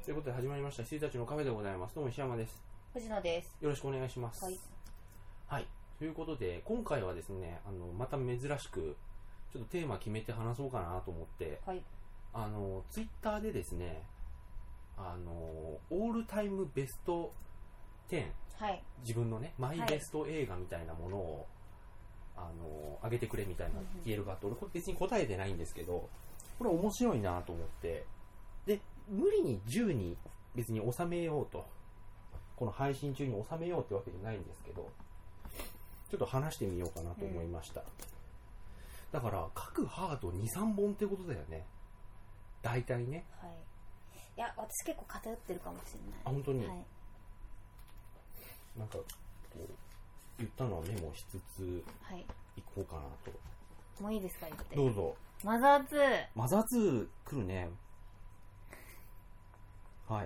ということで始まりました羊たちのカフェでございます。どうも石山です。 藤野です。 よろしくお願いします。 はい。 はい。ということで今回はですね、また珍しくちょっとテーマ決めて話そうかなと思って、 はい。 ツイッターでですね、オールタイムベスト10、 はい、 自分のねマイベスト映画みたいなものを、上げてくれみたいな言えるかって、俺これ別に答えてないんですけど、これ面白いなと思って、で無理に10に別に収めようと、この配信中に収めようってわけじゃないんですけど、ちょっと話してみようかなと思いました。だから各ハード 2,3 本ってことだよね、大体ね。 はい。いや、私結構偏ってるかもしれない。 あ、本当に、 はい、 なんかこう言ったのはメモしつついこうかなと。 もういいですか、言って。 どうぞ。 マザー2。 マザー2来るね。はい。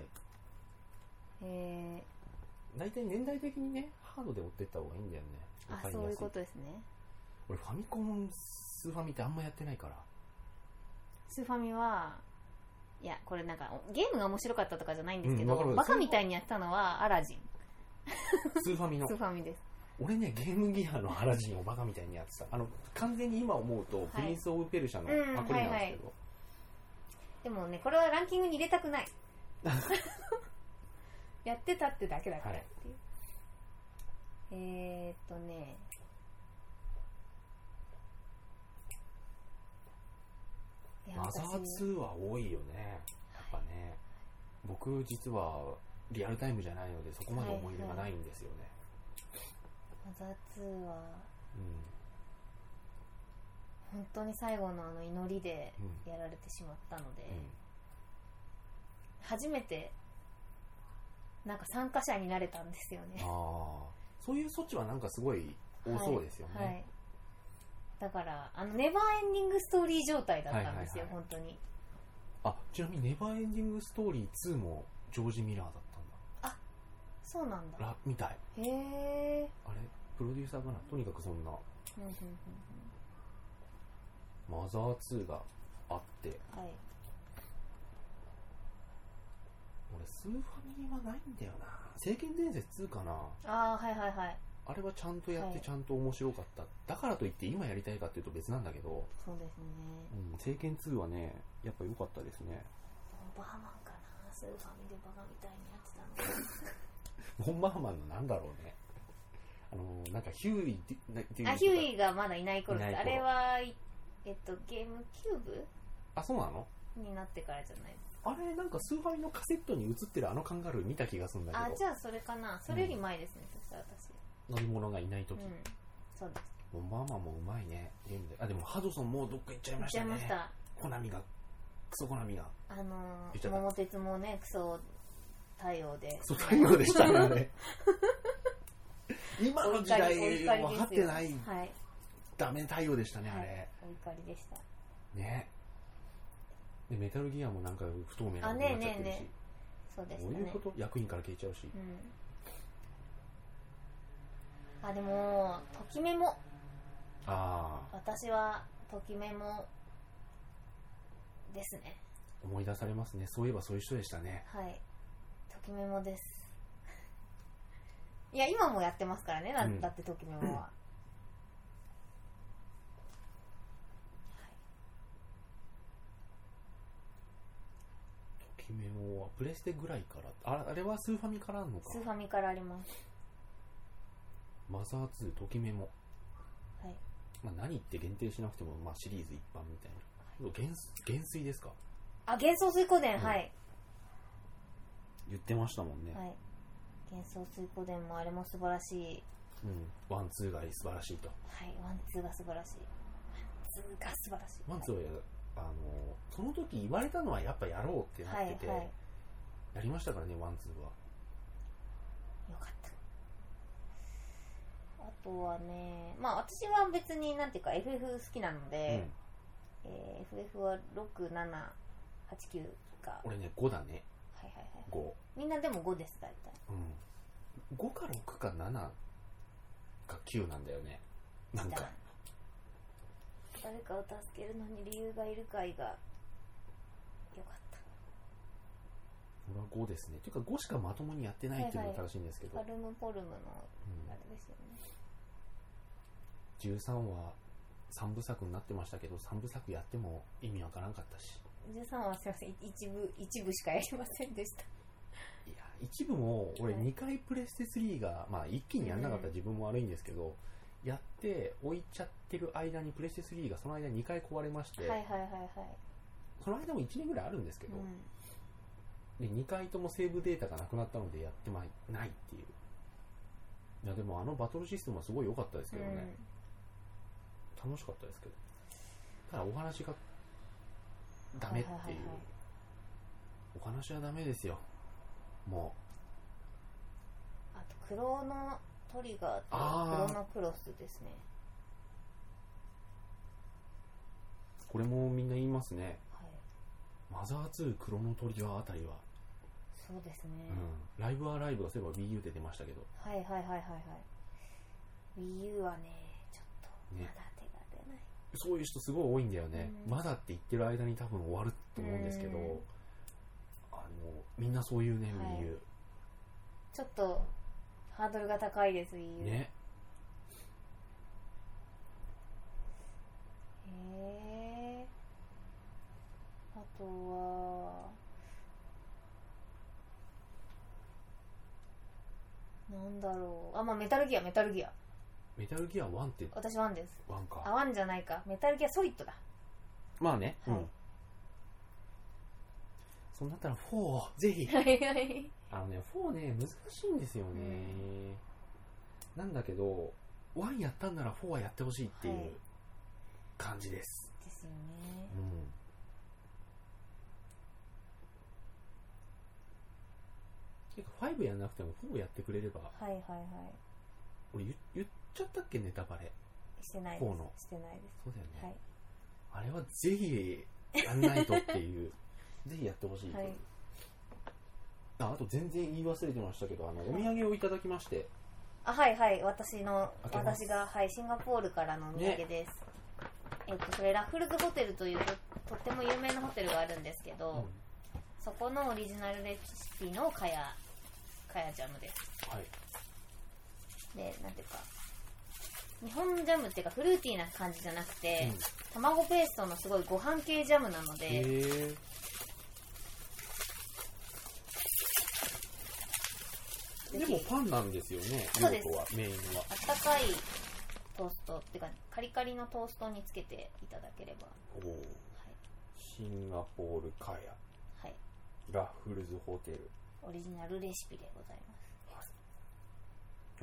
大体年代的にね、ハードで追ってった方がいいんだよね。 あ、そういうことですね。 俺ファミコンスーファミってあんまやってないから。 スーファミは、いや、これなんかゲームが面白かったとかじゃないんですけど、バカみたいにやったのはアラジン。 スーファミの。 スーファミです。 俺ね、ゲームギアのアラジンをバカみたいにやってた。完全に今思うと、プリンスオブペルシャのパクリなんですけど、 でもね、これはランキングに入れたくない。やってたってだけだからっていう、 マザー2は多いよね、やっぱね。僕実はリアルタイムじゃないのでそこまで思い入れがないんですよね。 マザー2は、本当に最後の祈りでやられてしまったので、初めてなんか参加者になれたんですよね。 そういう措置はなんかすごい多そうですよね。はい、 だからネバーエンディングストーリー状態だったんですよ、本当に。 ちなみにネバーエンディングストーリー2もジョージ・ミラーだったんだ。 そうなんだ。 みたい。 へえ。 あれプロデューサーかな。とにかくそんな。マザー2があって、 はい、 俺スーファミにはないんだよな。聖剣伝説2かな。 はいはいはい。 あれはちゃんとやってちゃんと面白かった、だからといって今やりたいかっていうと別なんだけど。 そうですね。 聖剣2はねやっぱ良かったですね。 ボンバーマンかな、スーファミでバカみたいにやってたの。 ボンバーマンのなんだろうね。なんかヒューイっていうヒューイがまだいない頃です。あれはゲームキューブ。 そうなのになってからじゃないですか。あれなんかスーファミのカセットに映ってるカンガルー見た気がするんだけど。 じゃあそれかな。それより前ですね、そしたら私。 乗り物がいない時、 そうです。 ボンバーマンもうまいね、ゲームで。でもハドソンもうどっか行っちゃいましたね。コナミが、クソコナミが。 桃鉄もね、クソ対応で。 クソ対応でしたね、あれ。今の時代分かってない、ダメ対応でしたね、あれ。 お怒りでした。 ね。で、メタルギアもなんか不透明なことになっちゃってるし。 そうですね。 どういうこと？役員から消えちゃうし。 でもときメモ。私はときメモですね。 思い出されますね。そういえばそういう人でしたね。 はい、ときメモです。いや今もやってますからね。だってときメモは。 ときメモはプレステぐらいから。あれはスーファミからあるのか。 スーファミからあります。 マザー2ときメモ。 はい。 何って限定しなくても、シリーズ一般みたいな。減衰ですか。 幻想水湖伝、はい。 言ってましたもんね。 はい。幻想水湖伝もあれも素晴らしい。 ワンツーが素晴らしいと。 はい、ワンツーが素晴らしい。 ワンツーはその時言われたのはやっぱやろうってなってて、やりましたからね、ワンツーは。 よかった。あとはね、私は別になんていうか FF 好きなので、FF は6、7、8、9が。 俺ね、5だね。 はいはいはい。 5。 みんなでも5です、大体。 5か6か7か9なんだよね。なんか。 誰かを助けるのに理由がいるかいがよかった。 俺は5ですね。というか5しかまともにやってないっていうのが正しいんですけど、 パルムポルムのあれですよね、 13は3部作になってましたけど、3部作やっても意味わからんかったし、 13はすいません、一部しかやりませんでした。 いや一部も俺2回プレステ3が、まあ一気にやんなかった自分も悪いんですけど、やって置いちゃってる間にプレステ3がその間2回壊れまして、 はいはいはいはい、 その間も1年ぐらいあるんですけど、で2回ともセーブデータがなくなったのでやってないっていう。いやでもあのバトルシステムはすごい良かったですけどね、楽しかったですけど、ただお話がダメっていう、 はいはいはいはい、 お話はダメですよもう。あとクロノトリガーとクロノクロスですね。 これもみんな言いますね、 はい、 マザー2クロノトリガーあたりはそうですね、 ライブアライブがそういえば Wii U で出ましたけど、 はいはいはいはいはい、 Wii U はねちょっとまだ手が出ない、 そういう人すごい多いんだよね、まだって言ってる間に多分終わると思うんですけど、みんなそういうね、 はい、 Wii U ちょっとハードルが高いです Wii U ね。 あとはなんだろう、あ、まあメタルギアメタルギア1って私1です。 1か、 あ、1じゃないか、メタルギアソリッドだ。 まあね、 はい、 そうなったら4をぜひはいはい 4ね難しいんですよね、なんだけど1やったんなら4はやってほしいっていう感じです、 ですよね、 5やんなくても4やってくれれば、 はいはいはい、 俺言っちゃったっけ、ネタバレしてないです。 4のしてないです。 そうだよね、 はい、 あれはぜひやんないとっていうぜひやってほしい、はい、あと全然言い忘れてましたけど、お土産をいただきまして、 あ、はいはい、私が、はい、シンガポールからのお土産です、ね、それラッフルズホテルという とっても有名なホテルがあるんですけど、そこのオリジナルレシピのカヤジャムです、 はい、 で、なんていうか日本ジャムっていうかフルーティーな感じじゃなくて、卵ペーストのすごいご飯系ジャムなので、 でもパンなんですよね。 そうです。 メインはあったかいトーストっていうかカリカリのトーストにつけていただければ。はい、 シンガポールカヤ、 はい、 ラッフルズホテルオリジナルレシピでございます、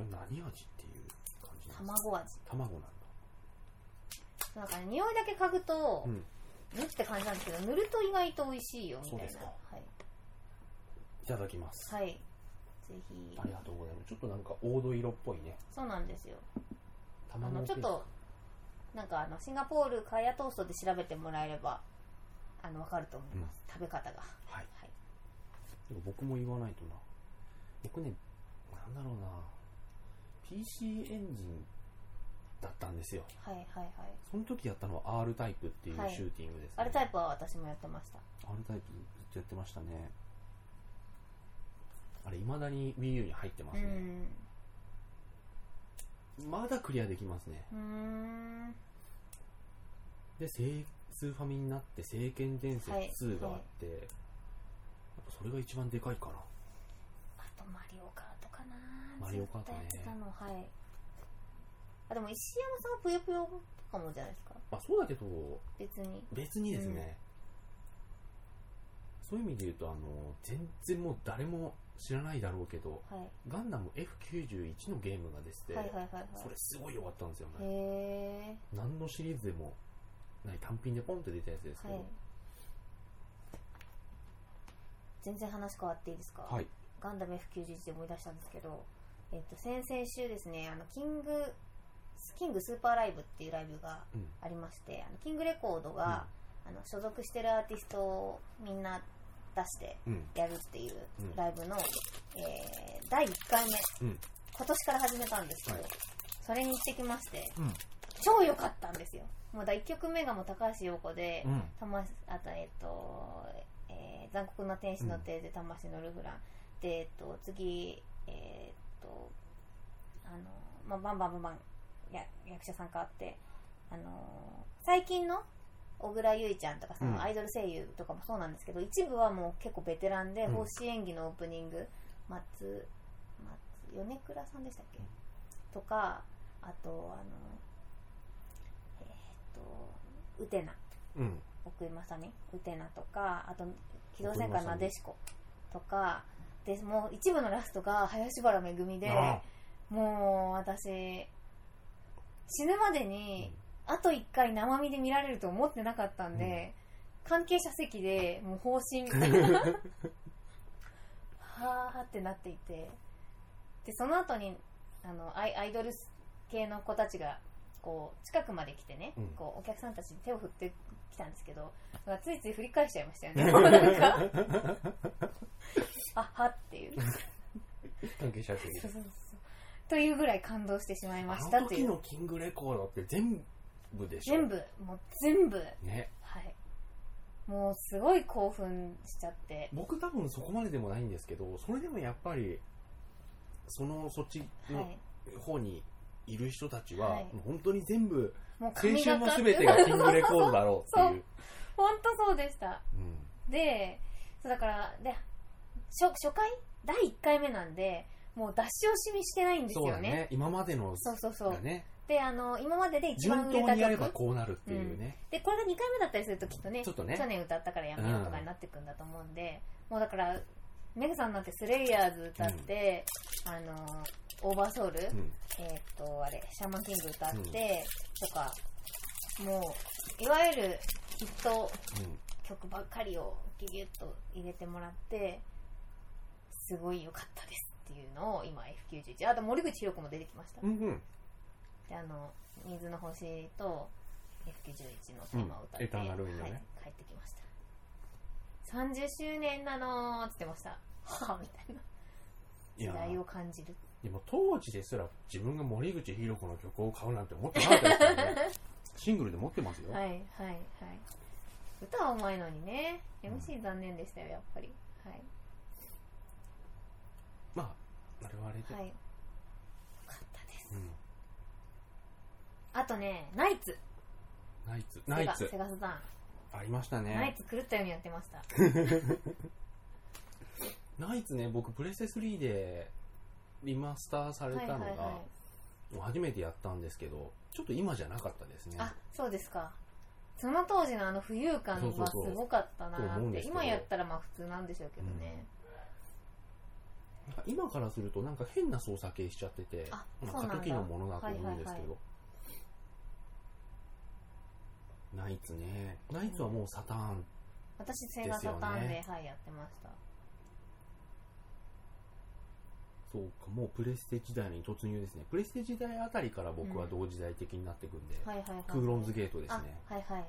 はい、何味っていう感じなんですか？ 卵味。 卵なんだ。 なんかね、匂いだけ嗅ぐと、ぬって感じなんですけど、塗ると意外と美味しいよみたいな。そうですか。はい、 いただきます。 はい、ぜひ。 ありがとうございます。ちょっとなんか黄土色っぽいね。 そうなんですよ。ちょっとなんかシンガポールカヤトーストで調べてもらえればわかると思います、食べ方が。 はい、はい、でも僕も言わないとな。僕ね、なんだろうな、 PC エンジンだったんですよ。 はいはいはい。 その時やったのは R タイプっていうシューティングですね。 R タイプは私もやってました。 R タイプずっとやってましたね。あれ未だに Wii U に入ってますね。まだクリアできますね。でスーファミになって聖剣伝説2があって、やっぱそれが一番でかいかな。 あとマリオカートかな。 マリオカートね。 はい。あ、でも石山さんはぷよぷよかもじゃないですか。 あ、そうだけど別にですね、そういう意味で言うと全然もう誰も知らないだろうけど、ガンダム F91 のゲームがですね、それすごい良かったんですよね。何のシリーズでもない単品でポンって出たやつですけど、全然話変わっていいですか？ はい。 ガンダム F91 で思い出したんですけど、先々週ですね、キングスーパーライブっていうライブがありまして、キングレコードが、所属してるアーティストをみんな出してやるっていうライブの、第1回目、今年から始めたんですけど、それに行ってきまして、超良かったんですよ。もう1曲目がもう高橋洋子で、あと残酷な天使のテーゼ、魂のルフランで、次バンバンバンバン役者さん変わって、最近の小倉優衣ちゃんとかそのアイドル声優とかもそうなんですけど、一部はもう結構ベテランで、方針演技のオープニング米倉さんでしたっけ、とか、あとウテナ、奥井正美、ウテナとか、あと機動戦艦なでしことかで、もう一部のラストが林原めぐみで、もう私死ぬまでにあと1回生身で見られると思ってなかったんで、関係者席でもう方針みたいなはーってなっていて、でその後にアイドル系の子たちがこう近くまで来てね、こうお客さんたちに手を振ってきたんですけど、ついつい振り返しちゃいましたよねなんかあはっていう関係者席そうというぐらい感動してしまいましたという。 あの時のキングレコードって全部でしょ。 もう全部ね、 はい、もうすごい興奮しちゃって。 僕多分そこまででもないんですけど、それでもやっぱりそっちの方にいる人たちは、もう本当に全部青春の全てがキングレコードだろうっていう本当そうでした、でそうだからで初回第1回目なんでもう出し惜しみしてないんですよね。 そうだね、今までのそうね、 で今までで一番売れた曲、 順当にやればこうなるっていうね、 でこれが2回目だったりするときっとね、 ちょっとね去年歌ったからやめようとかになっていくんだと思うんで、もうだからメグさんなんてスレイヤーズ歌って、オーバーソウル、あれシャーマンキング歌って、とかもういわゆるヒット曲ばっかりをギュギュッと入れてもらってすごい良かったですっていうのを今 F91、 あと森口博子も出てきました、で水の星と F91 のテーマを歌って、 エターナルウィンドね、 帰ってきました。30周年なのーって言ってました。はぁみたいな時代を感じる。 でも当時ですら自分が森口博子の曲を買うなんて思ってなかったですからねシングルで持ってますよ。 はいはいはい。歌はうまいのにね、MC 残念でしたよやっぱり。はい。 まああれはあれで、 はい、よかったです、あとね、ナイツセガサターンありましたね。 ナイツ狂ったようにやってましたナイツね、僕プレステ3でリマスターされたのが初めてやったんですけど、ちょっと今じゃなかったですね。 あ、そうですか。その当時の浮遊感はすごかったなって。今やったらまあ普通なんでしょうけどね、 なんか今からするとなんか変な操作系しちゃってて、過渡期のものだと思うんですけど、ナイツね、ナイツはもうサターン、 私セガサターンで、はい、やってました。 そうか、もうプレステ時代に突入ですね。プレステ時代あたりから僕は同時代的になっていくんで、クーロンズゲートですね。 はいはい。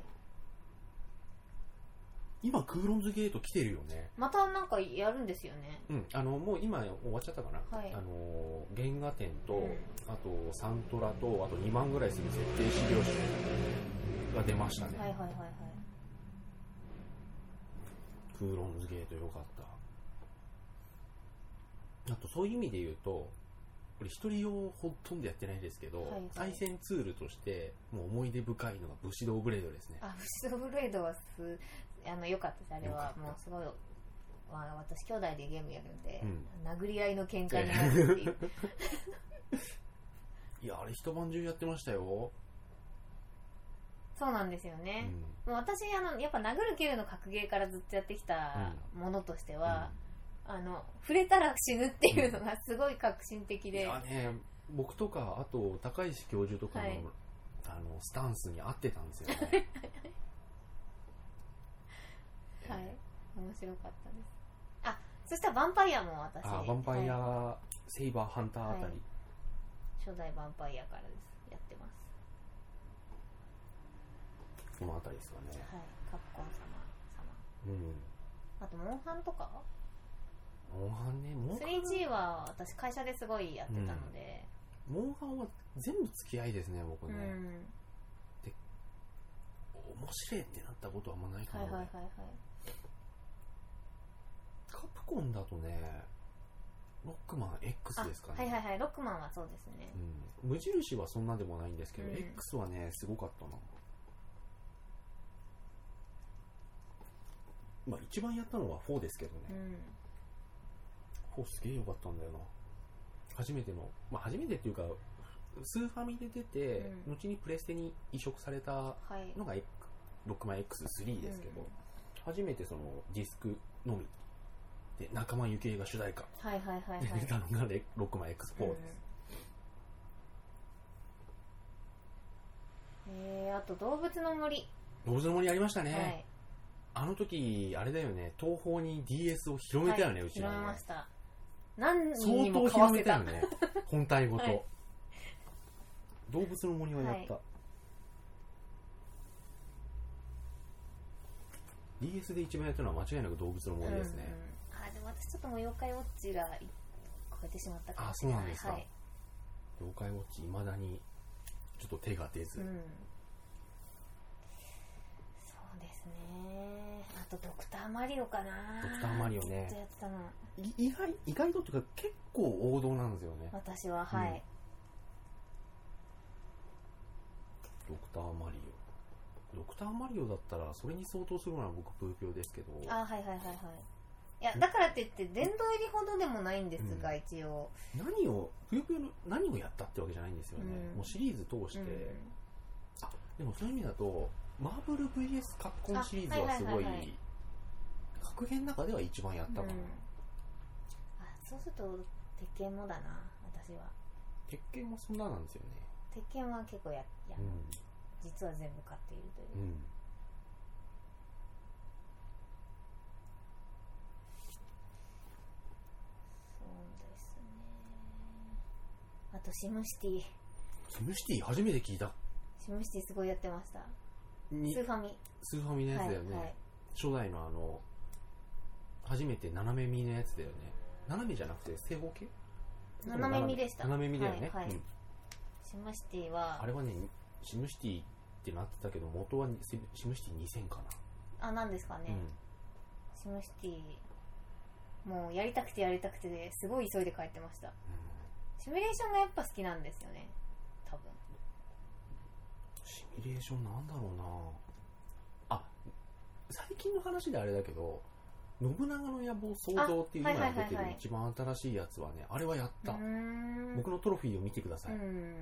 今クーロンズゲート来てるよね。 またなんかやるんですよね。 もう今終わっちゃったかな。原画展と、あとサントラと、あと2万ぐらいする設定資料集が出ましたね。 はいはいはいはい。 クーロンズゲートよかった。あとそういう意味で言うと、これ一人用ほとんどやってないですけど、対戦ツールとしてもう思い出深いのが武士道ブレードですね。 武士道ブレードは良かったです。あれはもうすごい、私兄弟でゲームやるんで、殴り合いの喧嘩になるっていういや、あれ一晩中やってましたよ。 そうなんですよね、もう私やっぱ殴る蹴るの格ゲーからずっとやってきたものとしては、触れたら死ぬっていうのがすごい革新的で、 いやね、僕とかあと高石教授とかの、スタンスに合ってたんですよねはい、面白かったです。そしたらヴァンパイアも私、 ヴァンパイア、セイバーハンターあたり、 初代ヴァンパイアからです。やってます。 このあたりですかね。 はい、カプコン様。あとモンハンとか、 モンハンね、 3G は私会社ですごいやってたので、 モンハンは全部付き合いですね、僕ね。で、面白いってなったことはあんまないかな。 カプコンだとね、ロックマン X ですかね。 はいはいはい、ロックマンはそうですね。 無印はそんなでもないんですけど、 うん、 X はねすごかったな。まあ一番やったのは4ですけどね、4すげえ良かったんだよな。初めての、まあ初めてっていうかスーファミで出て、後にプレステに移植されたのが、ロックマン X3 ですけど、初めてそのディスクのみで仲間由紀恵が主題歌で出たのがロックマン X4 です、 あと動物の森ありましたね、あの時あれだよね、東宝に DS を広めたよね、うちのね。 広めました。何人にも買わせた。 相当広めたよね、本体ごと、動物の森はやった、DS で一番やったのは間違いなく動物の森ですね。 でも私ちょっともう妖怪ウォッチが超えてしまったかもしれない。 そうなんですか、妖怪ウォッチ未だにちょっと手が出ず、そうですね。あとドクターマリオかな。 ドクターマリオね、 ずっとやってたの。 意外とっていうか結構王道なんですよね、 私は。 ドクターマリオだったらそれに相当するのは僕プーピョですけど。 いやだからって言って殿堂入りほどでもないんですが、一応プーピョの何をやったってわけじゃないんですよね、もうシリーズ通して、でもそういう意味だとマーブル VS カプコンシリーズはすごい、格言の中では一番やったかな、 そうすると鉄拳もだな。私は鉄拳もそんななんですよね。 鉄拳は結構実は全部買っているという、そうですね。あとシムシティ初めて聞いた。 シムシティすごいやってました。スーファミのやつだよね、初代の初めて斜め見のやつだよね。斜めじゃなくて正方形？ 斜め見でした。 斜め見だよね、 シムシティはあれはね、シムシティってなってたけど元はシムシティ2000かな。 なんですかね、シムシティもうやりたくてすごい急いで帰ってました、シミュレーションがやっぱ好きなんですよね、多分。 シミュレーションなんだろうな。最近の話であれだけど、信長の野望創造っていう今出てる一番新しいやつはね、あれはやった。僕のトロフィーを見てください。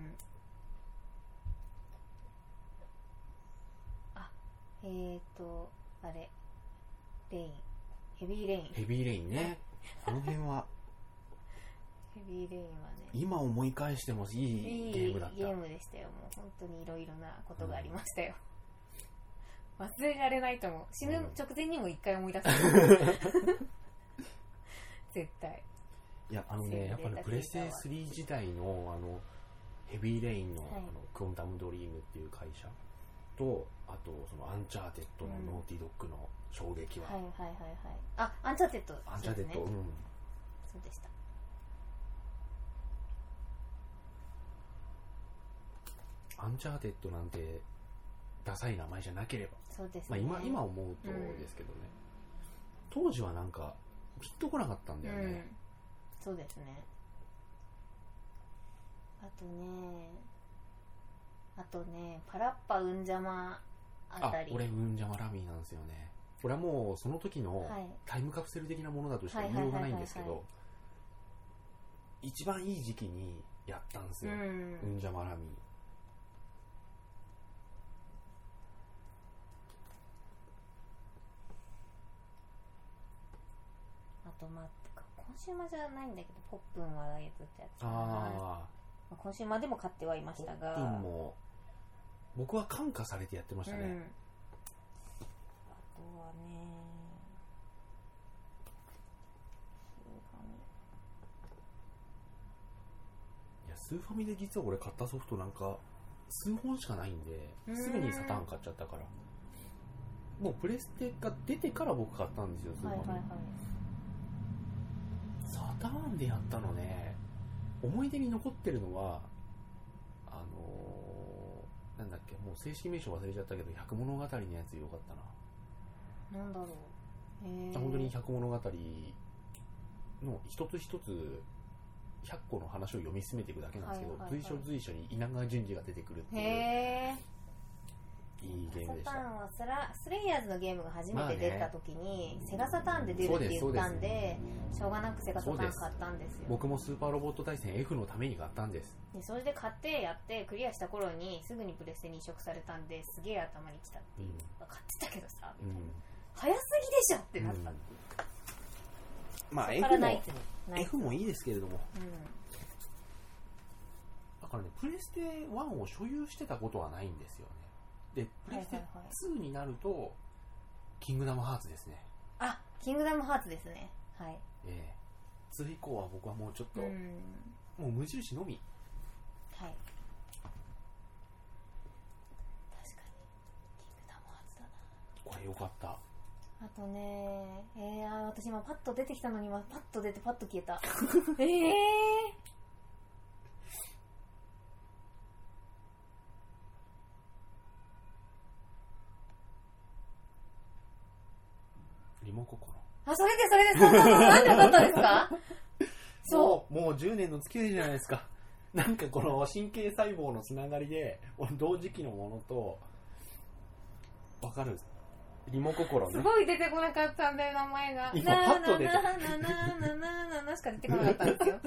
あれレイン、ヘビーレインねあの辺はヘビーレインはね、 今思い返してもいいゲームだった。 ゲームでしたよ。もう本当にいろいろなことがありましたよ、忘れられないと思う。死ぬ直前にも一回思い出す絶対。 いややっぱね、プレステ3時代のヘビーレインの、クォンタムドリームっていう会社と、あとそのアンチャーテッドのノーティドッグの衝撃は、 アンチャーテッド、 そうでした。 アンチャーテッドなんてダサい名前じゃなければ、 そうですね、 今思うとですけどね、当時はなんかピンとこなかったんだよね、 そうですね。あとねパラッパウンジャマあたり。 俺ウンジャマラミーなんですよね。これはもうその時のタイムカプセル的なものだとしか言いようがないんですけど、一番いい時期にやったんですよ、ウンジャマラミー。 あとコンシューマーじゃないんだけど、ポップンはずっとやってたな。コンシューマーでも買ってはいましたが、 ポップンも僕は感化されてやってましたね、 あとはねスーファミで実は俺買ったソフトなんか数本しかないんで、すぐにサターン買っちゃったから、もうプレステが出てから僕買ったんですよ、スーファミ。サターンでやったのね、思い出に残ってるのはなんだっけ、もう正式名称忘れちゃったけど、百物語のやつよかったな。 なんだろう、 本当に百物語の一つ一つ100個の話を読み進めていくだけなんですけど、随所随所に稲川淳二が出てくるっていういいゲームでした。 セガサターンはスレイヤーズのゲームが初めて出た時に、セガサターンで出るって言ったんで、しょうがなくセガサターン買ったんですよ。 僕もスーパーロボット対戦 F のために買ったんです。 でそれで買ってやってクリアした頃にすぐにプレステに移植されたんで、すげえ頭にきたっていう、買ってたけどさ、早すぎでしょってなった、 まあ F もいいですけれども、だからね、プレステ1を所有してたことはないんですよね。でプレステ2になると、キングダムハーツですね。 あ、キングダムハーツですね。はい。 2以降は僕はもうちょっと、もう無印のみ。 はい。確かにキングダムハーツだな。 これよかった。 あとね、私今パッと出てきたのに、パッと出てパッと消えた。 リモココロ。 あ、それでなんでだったんですか？ そうもう10年の付き合いじゃないですか。なんかこの神経細胞のつながりで同時期のものとわかるリモココロね。 すごい出てこなかったんだよ、名前が。 今パッと出てなしか出てこなかったんですよ。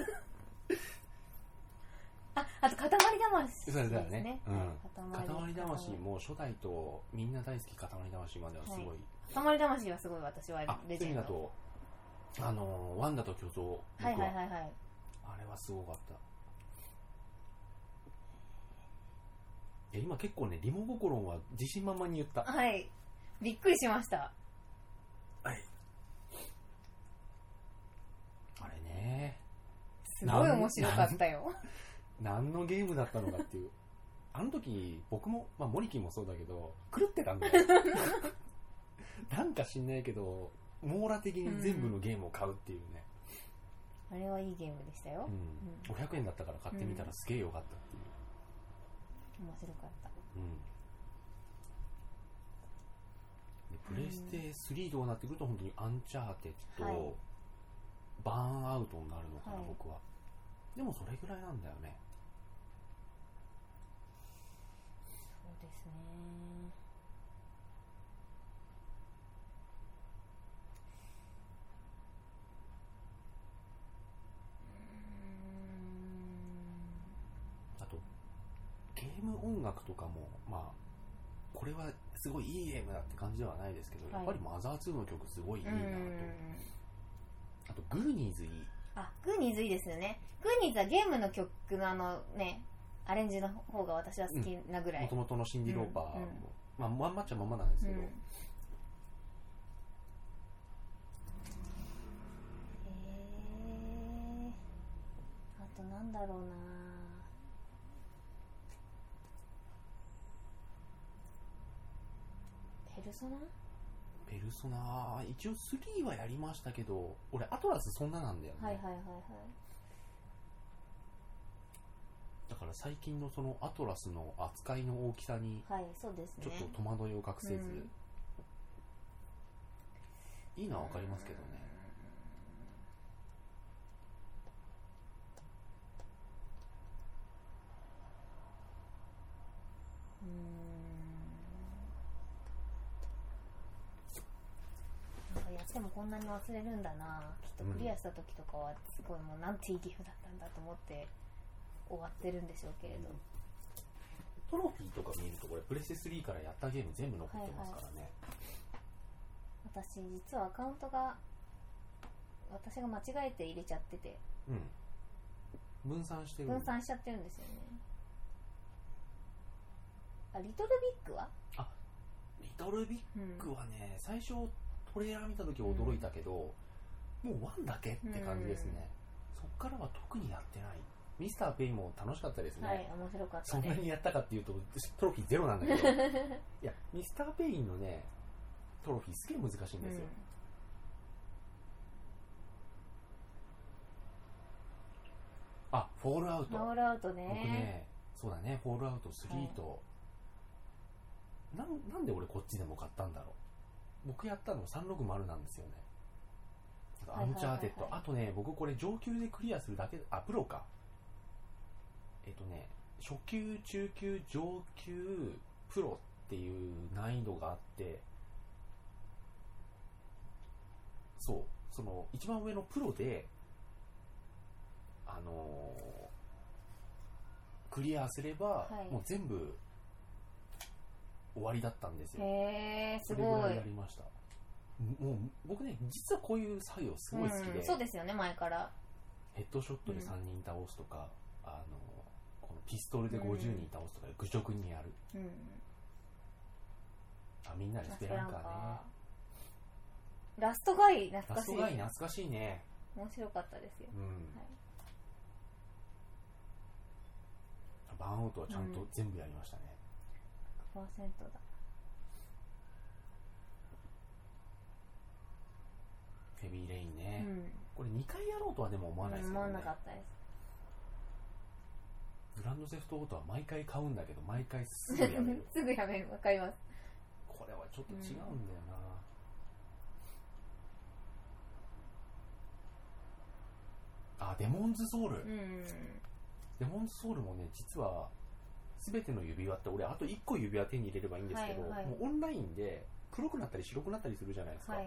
あと塊魂ですね。 そうだよね。塊魂も初代とみんな大好き塊魂まではすごい。 塊魂はすごい、私はレジェンド。 だとワンダと巨像。 はい。あれはすごかった。今結構ね、リモココロンは自信満々に言った。 はい。びっくりしました。 はい。あれね。 すごい面白かったよ。 何のゲームだったのかっていう。あの時僕も、モリキンもそうだけど狂ってたんだよ。なんか知んないけど網羅的に全部のゲームを買うっていうね、 あれはいいゲームでしたよ、 500円だったから買ってみたらすげえ良かったっていう、 面白かった、 プレステ3とかなってくると本当にアンチャーテッドとバーンアウトになるのかな、僕は。でもそれぐらいなんだよね。 そうですね。 あとゲーム音楽とかもこれはすごいいいゲームだって感じではないですけど、やっぱりマザー2の曲すごいいいなと。あとグーニーズいい。 グーニーズいいですよね。グーニーズはゲームの曲のアレンジの方が私は好きなぐらい。 元々のシンディ・ローパーも、まんまっちゃまんまなんですけど、 あとなんだろうな。ペルソナ一応3はやりましたけど、俺アトラスそんななんだよね。だから最近のそのアトラスの扱いの大きさにちょっと戸惑いを隠せず、いいのは分かりますけどね。 やってもこんなに忘れるんだな。きっとクリアした時とかはすごいもうなんていいゲームだったんだと思って終わってるんでしょうけれど、 トロフィーとか見るとこれプレステ3からやったゲーム全部残ってますからね。 私実はアカウントが私が間違えて入れちゃってて、 分散しちゃってるんですよね。リトルビッグはリトルビッグはね、最初トレーラー見た時驚いたけど、もう1だけって感じですね。そっからは特にやってない。ミスターペイも楽しかったですね。 面白かったね。そんなにやったかっていうとトロフィーゼロなんだけどいやミスターペインのねトロフィーすげえ難しいんですよ、フォールアウトね。 僕ね、そうだね、フォールアウト3と、なんで俺こっちでも買ったんだろう。 僕やったの360なんですよね。アンチャーテッド、あとね、僕これ上級でクリアするだけ、プロか。初級、中級、上級、プロっていう難易度があって、そう、その一番上のプロで、クリアすれば、もう全部終わりだったんですよ。 へー、すごい。 それぐらいやりました。もう僕ね、実はこういう作業すごい好きで、 そうですよね、前から。 ヘッドショットで3人倒すとか、このピストルで50人倒すとか愚直にやる、みんなでスペランカーね。 ラストガイ懐かしい。 懐かしいね。 面白かったですよ、 バーンアウトはちゃんと全部やりましたね。 100% だ。 ヘビーレインね、これ2回やろうとはでも思わないですけどね。 思わなかったです。 グランドセフトオートは毎回買うんだけど毎回すぐやめるすぐやめる、わかります。 これはちょっと違うんだよな、デモンズソウル、デモンズソウルもね、実は全ての指輪って俺あと1個指輪手に入れればいいんですけど、もうオンラインで黒くなったり白くなったりするじゃないですか、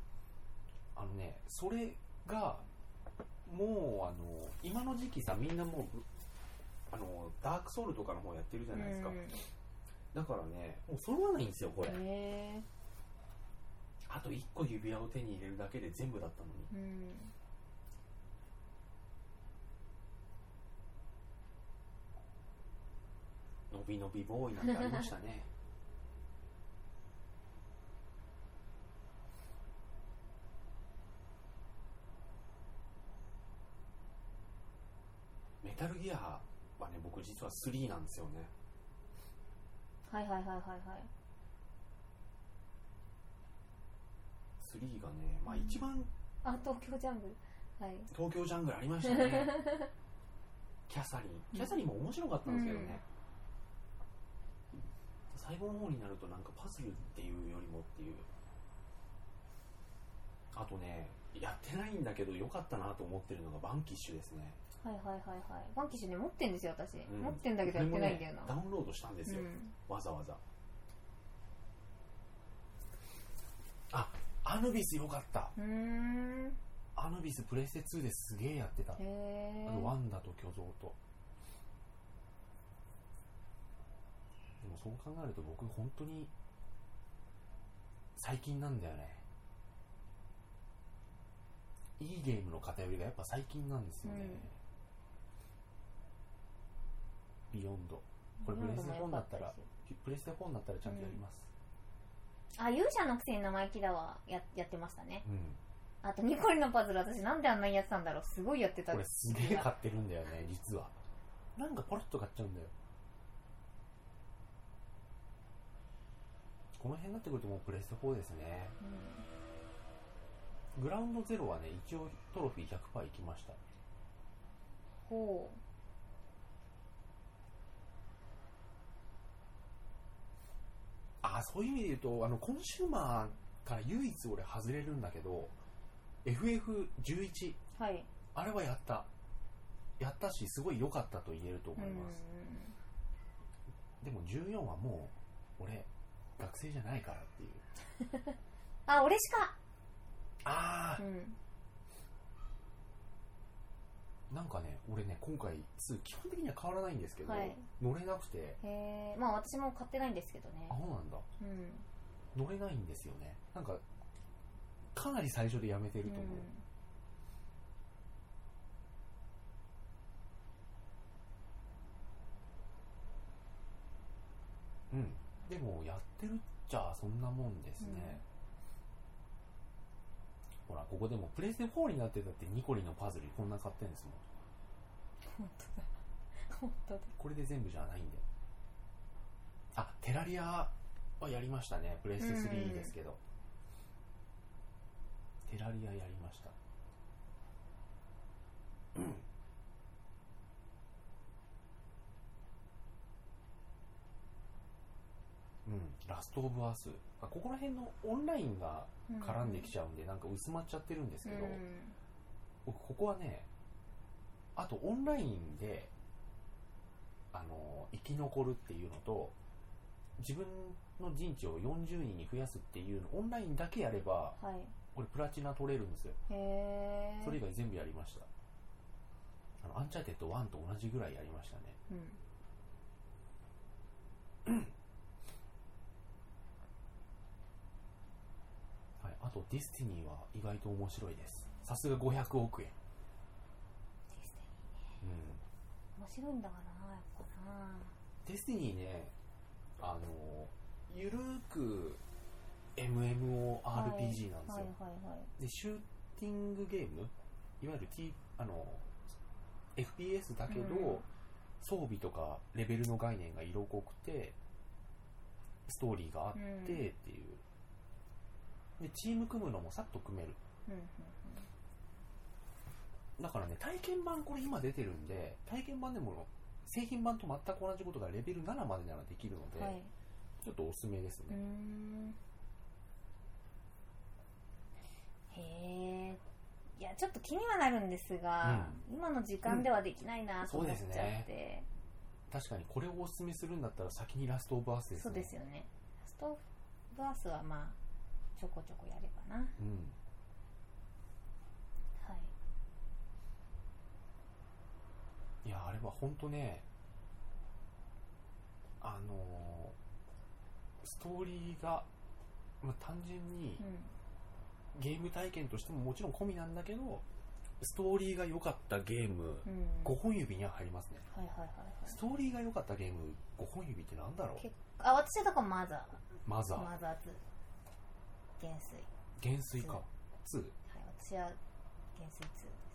それがもう今の時期さ、みんなもうダークソウルとかの方やってるじゃないですか、だからね、もう揃わないんですよこれ。あと1個指輪を手に入れるだけで全部だったのに、のびのびボーイなんてありましたねメタルギアはね、僕実は3なんですよね。 はい。 3がね、一番、 東京ジャングル、 東京ジャングルありましたねキャサリンも面白かったんですけどね、最後の方になるとなんかパズルっていうよりもっていう。あとね、やってないんだけど良かったなと思ってるのがバンキッシュですね。 バンキッシュね、持ってんですよ私、持ってんだけどやってないんだよな、 ダウンロードしたんですよ、わざわざ。アヌビス良かった。アヌビスプレステ2ですげえやってた。ワンダと巨像と。でもそう考えると僕本当に最近なんだよね。いいゲームの偏りがやっぱ最近なんですよね、ビヨンド。これプレステ4になったらちゃんとやります、 勇者のくせに生意気だわ やってましたね、あとニコリのパズル、私なんであんなにやってたんだろう、すごいやってた。 これすげえ買ってるんだよね実は。なんかポロッと買っちゃうんだよ。この辺になってくるともうプレステ4ですね、グラウンドゼロはね、一応トロフィー 100% いきました。 ほう。 そういう意味で言うとコンシューマーから唯一俺外れるんだけど FF11、あれはやったしすごい良かったと言えると思います。でも14はもう俺学生じゃないからっていう俺しかなんかね、俺ね、今回基本的には変わらないんですけど、乗れなくて。 私も買ってないんですけどね。 そうなんだ、乗れないんですよね。なんかかなり最初でやめてると思う。でもやってるっちゃそんなもんですね、ほらここでもプレイステ4になってたってニコリのパズルこんな買ってんですもん。 本当だこれで全部じゃないんで。テラリアはやりましたね。プレイステ3ですけど、テラリアやりました。ララストオブアース、ここら辺のオンラインが絡んできちゃうんで、なんか薄まっちゃってるんですけど、僕ここはね、あとオンラインで生き残るっていうのと、自分の陣地を40人に増やすっていうの、オンラインだけやれば、 はい、 これプラチナ取れるんですよ。 へー。 それ以外全部やりました。アンチャーテッド1と同じぐらいやりましたね。はい、あとディスティニーは意外と面白いです。さすが500億円。 ディスティニーね、面白いんだからな、やっぱな。 ディスティニーね、ゆるーく MMORPG なんですよ、でシューティングゲーム、いわゆる、FPS だけど、装備とかレベルの概念が色濃くてストーリーがあってっていう、でチーム組むのもさっと組める、だからね、体験版これ今出てるんで、体験版でも製品版と全く同じことがレベル7までならできるので、ちょっとおすすめですね。 へえ。いや、ちょっと気にはなるんですが、今の時間ではできないなと思っちゃって、ね、 確かにこれをおすすめするんだったら先にラストオブアースですね。 そうですよね。ラストオブアースはまあちょこちょこやればな。はい。 いや、あれは本当ね、ストーリーが、単純に、ゲーム体験としてももちろん込みなんだけど、ストーリーが良かったゲーム、5本指には入りますね。ストーリーが良かったゲーム5本指ってなんだろう。 私はだからマザー2、 減衰か2、 はい、私は減衰2です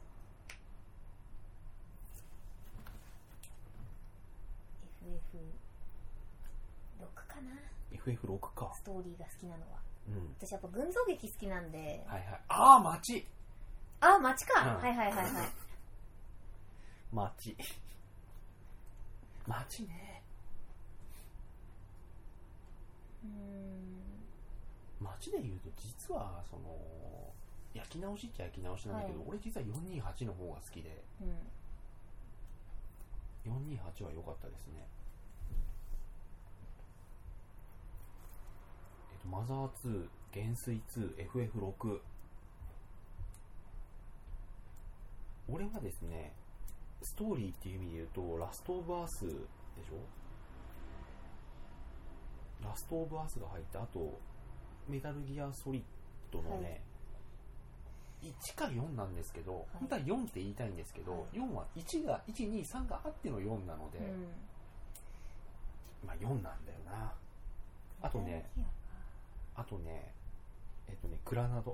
。FF6 かな。 FF6 か。 ストーリーが好きなのは、私やっぱ群像劇好きなんで。 街か、はい。 街ね。街で言うと実はその焼き直しっちゃ焼き直しなんだけど、俺実は428の方が好きで、428は良かったですね。マザー2、減衰2、FF6。俺はですね、ストーリーっていう意味で言うと、ラストオブアースでしょ。ラストオブアースが入った、あと、メタルギアソリッドのね、1か4なんですけど、本当は4って言いたいんですけど、4は1、2、3があっての4なので、4なんだよな。あとね、クラナド。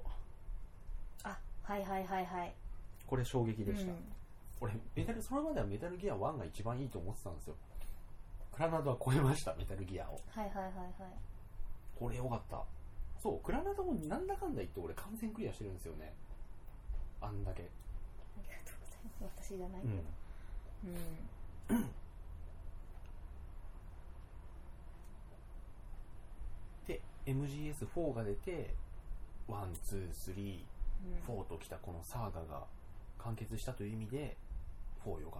これ衝撃でした。俺、それまではメタルギア1が一番いいと思ってたんですよ。クラナドは超えました、メタルギアを。これ良かった。そう、クラナドもなんだかんだ言って俺完全クリアしてるんですよね。あんだけ。ありがとうございます。私じゃないけど。 で、MGS4 が出て、1、2、3、4ときたこのサーガが完結したという意味で、4良かった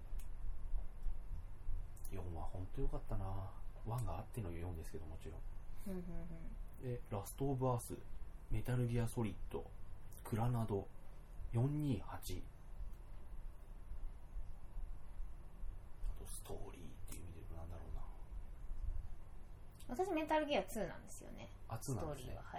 。4は本当良かったな。1があっての4ですけど、もちろん。で、ラストオブアース、メタルギアソリッド、クラナド、428。あとストーリーっていう意味でなんだろうな。 私メタルギア2なんですよね。 2なんですね。 ストーリーは、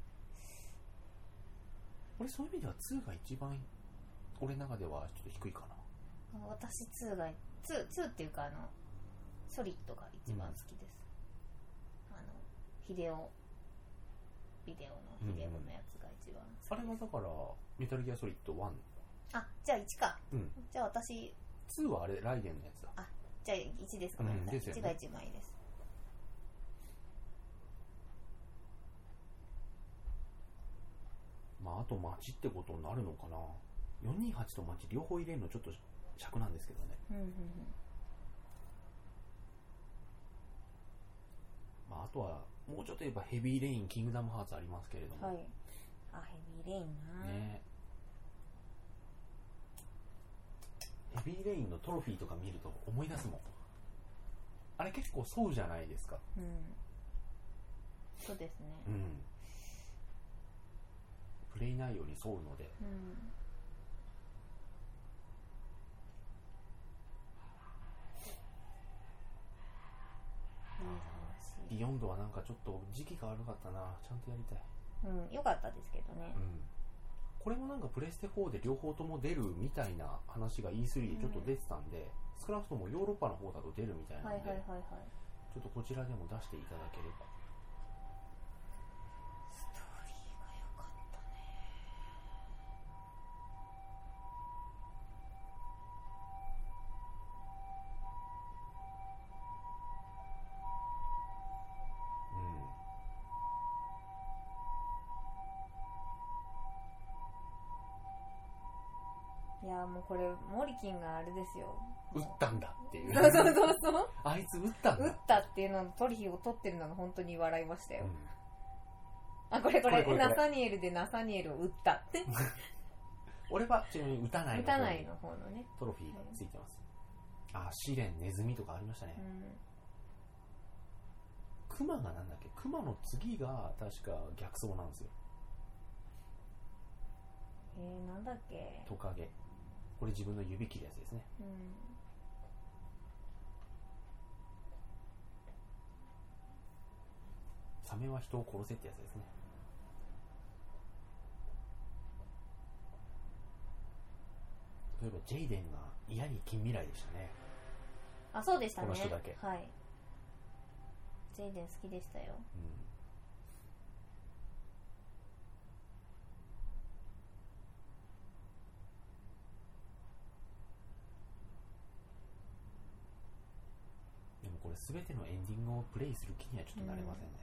俺そういう意味では2が一番俺の中ではちょっと低いかな。 私2っていうかソリッドが一番好きです。ビデオのやつが一番好きです。 あれはだからメタルギアソリッド1。 じゃあ1か。じゃあ私 2はあれライデンのやつだ。 じゃあ1ですか。ごめんなさい。1が一番いいです。 あと街ってことになるのかな。428と街両方入れるのちょっと尺なんですけどね。あとはもうちょっと言えばヘビーレインキングダムハーツありますけれども、 はい、あ、ヘビーレインな、 ね、ヘビーレインのトロフィーとか見ると思い出すもん。あれ結構そうじゃないですか。 うん、そうですね、 うん、プレイ内容に沿うので、 うん、 ビヨンドはなんかちょっと時期が悪かったな、ちゃんとやりたい。 うん、よかったですけどね、 うん、これもなんかプレステ4で両方とも出るみたいな話が E3 でちょっと出てたんで、少なくともヨーロッパの方だと出るみたいなので、 はいはいはいはい、 ちょっとこちらでも出していただければ。 ストーリーが良かったね。いやもうこれモリキンがあれですよ、 撃ったんだっていう。 そうそうそうそう、 あいつ撃ったんだ。 撃ったっていうののトリフィーを取ってるのが本当に笑いましたよ。あ、これこれナサニエルでナサニエルを撃ったって俺はちなみに撃たないの方のねトロフィーがついてます。あ、試練ネズミとかありましたね。クマがなんだっけ、クマの次が確か逆走なんですよ。 なんだっけ、 トカゲ。これ自分の指切るやつですね。サメは人を殺せってやつですね。例えばジェイデンが嫌に近未来でしたね。 あ、そうでしたね。 この人だけ。 はい。ジェイデン好きでしたよ。 でもこれ全てのエンディングをプレイする気にはちょっとなれませんね。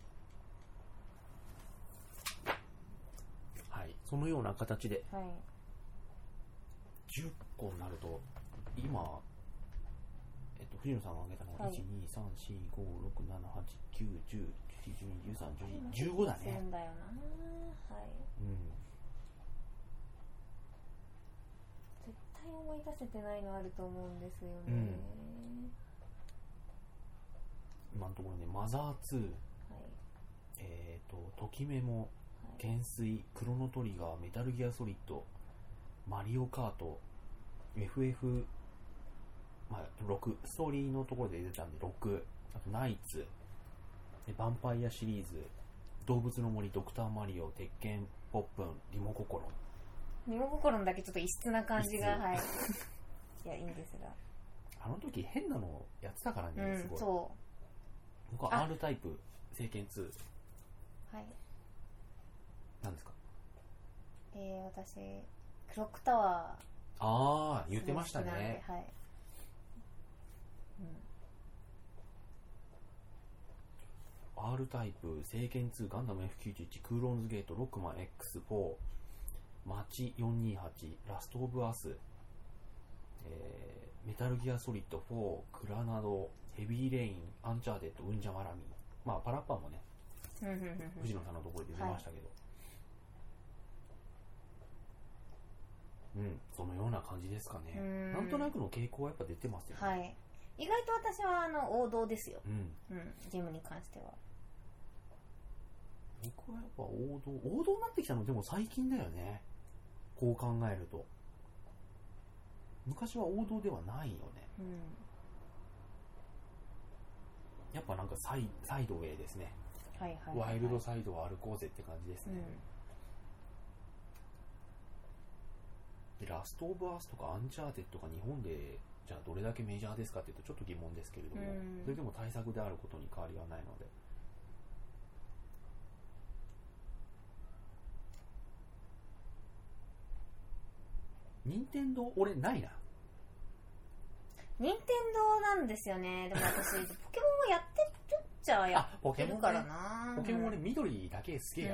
はい、そのような形で、 はい、 10個になると今、藤野さんが挙げたのは、はい、1、2、3、4、5、6、7、8、9、10、11、12、13、14、15だね。 そうだよな、はい。絶対思い出せてないのあると思うんですよね。 今のところね、マザー2、はい、ときメモ、懸垂、クロノトリガー、メタルギアソリッド、マリオカート、FF、6、ストーリーのところで出てたんで6、あとナイツ、ヴァンパイアシリーズ、動物の森、ドクターマリオ、鉄拳、ポップン、リモココロン。 リモココロンだけちょっと異質な感じが、はい。いや、いいんですが。 あの時変なのやってたからね、すごい。 そう。 僕は R タイプ、聖剣2。 はい。 何ですか？ 私、クロックタワー。 ああ、言ってましたね。 はい。 R タイプ、聖剣2、ガンダム F91、クーロンズゲート、ロックマン X4、マチ428、ラストオブアス、メタルギアソリッド4、グラナド、ヘビーレイン、アンチャーテッド、ウンジャマラミ。まあパラッパーもね、藤野さんのところで出ましたけど、はい、そのような感じですかね。なんとなくの傾向はやっぱ出てますよね。 はい。意外と私は王道ですよ。ジムに関しては。 僕はやっぱ王道になってきたのでも最近だよね。こう考えると。昔は王道ではないよね。やっぱなんかサイドウェイですね。 はいはいはいはい、 ワイルドサイドを歩こうぜって感じですね。でラストオブアースとかアンチャーテッドが日本でじゃあどれだけメジャーですかっていうとちょっと疑問ですけれども、それでも対策であることに変わりはないので。任天堂俺ないな。 任天堂なんですよね。でも私ポケモンをやってるっちゃやってるからな。 ポケモン俺緑だけ好きだった。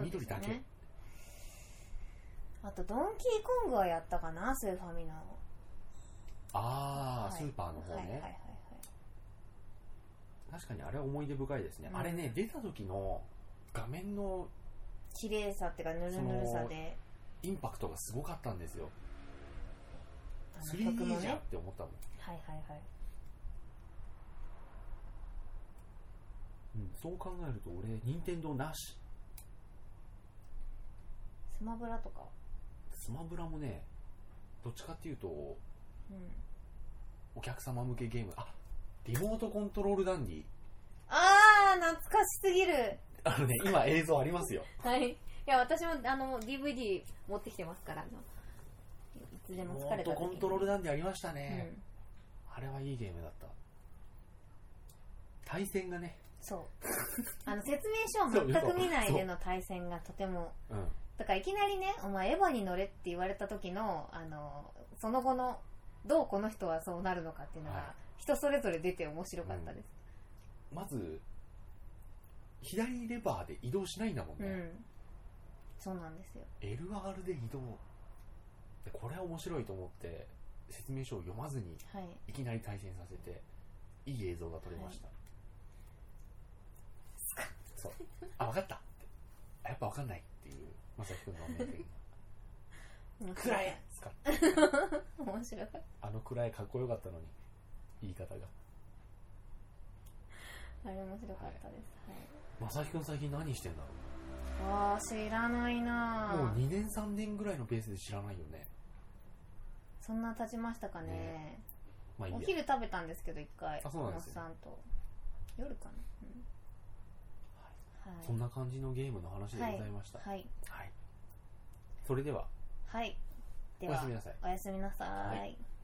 緑だけ。 あとドンキーコングはやったかな、スーファミの。 ああ、はい、スーパーの方ね。 確かにあれは思い出深いですね、 うん、 あれね出た時の画面の綺麗さっていうかぬるぬるさでインパクトがすごかったんですよ。 曲も 3D じゃんっねて思ったもん。 はいはいはい、 うん、そう考えると俺任天堂なし。 スマブラとかスマブラもねどっちかっていうと、 うん、 お客様向けゲーム、あ、リモートコントロールダンディ。 あー懐かしすぎる。 今映像ありますよ。 はい。いや私もDVD 持ってきてますから、いつでも疲れた時に。 リモートコントロールダンディありましたね、 うん、 あれはいいゲームだった。対戦がね、 そう説明書を全く見ないでの対戦がとても、うん、だからいきなりねお前エヴァに乗れって言われた時のその後のどうこの人はそうなるのかっていうのが人それぞれ出て面白かったです、 うん、まず左レバーで移動しないんだもんね、うん、 そうなんですよ。 LR で移動で、これは面白いと思って説明書を読まずに、はい、いきなり対戦させていい映像が撮れました、はい、そうあ、分かったってやっぱ分かんないっていうまさきくんの名言くらえ使って面白い。 くらえかっこよかったのに言い方があれ面白かったです、はいはい、 まさきくん最近何してんだろう。 あー知らないな。 もう2年3年ぐらいのペースで知らないよね。 そんな経ちましたかね、 まあいいや。 お昼食べたんですけど1回。 あ、そうなんですよ。 さんと夜かな、 はい、そんな感じのゲームの話でございました。 はい、 はい、それでは、 はい、ではおやすみなさい。 おやすみなさい。 はい。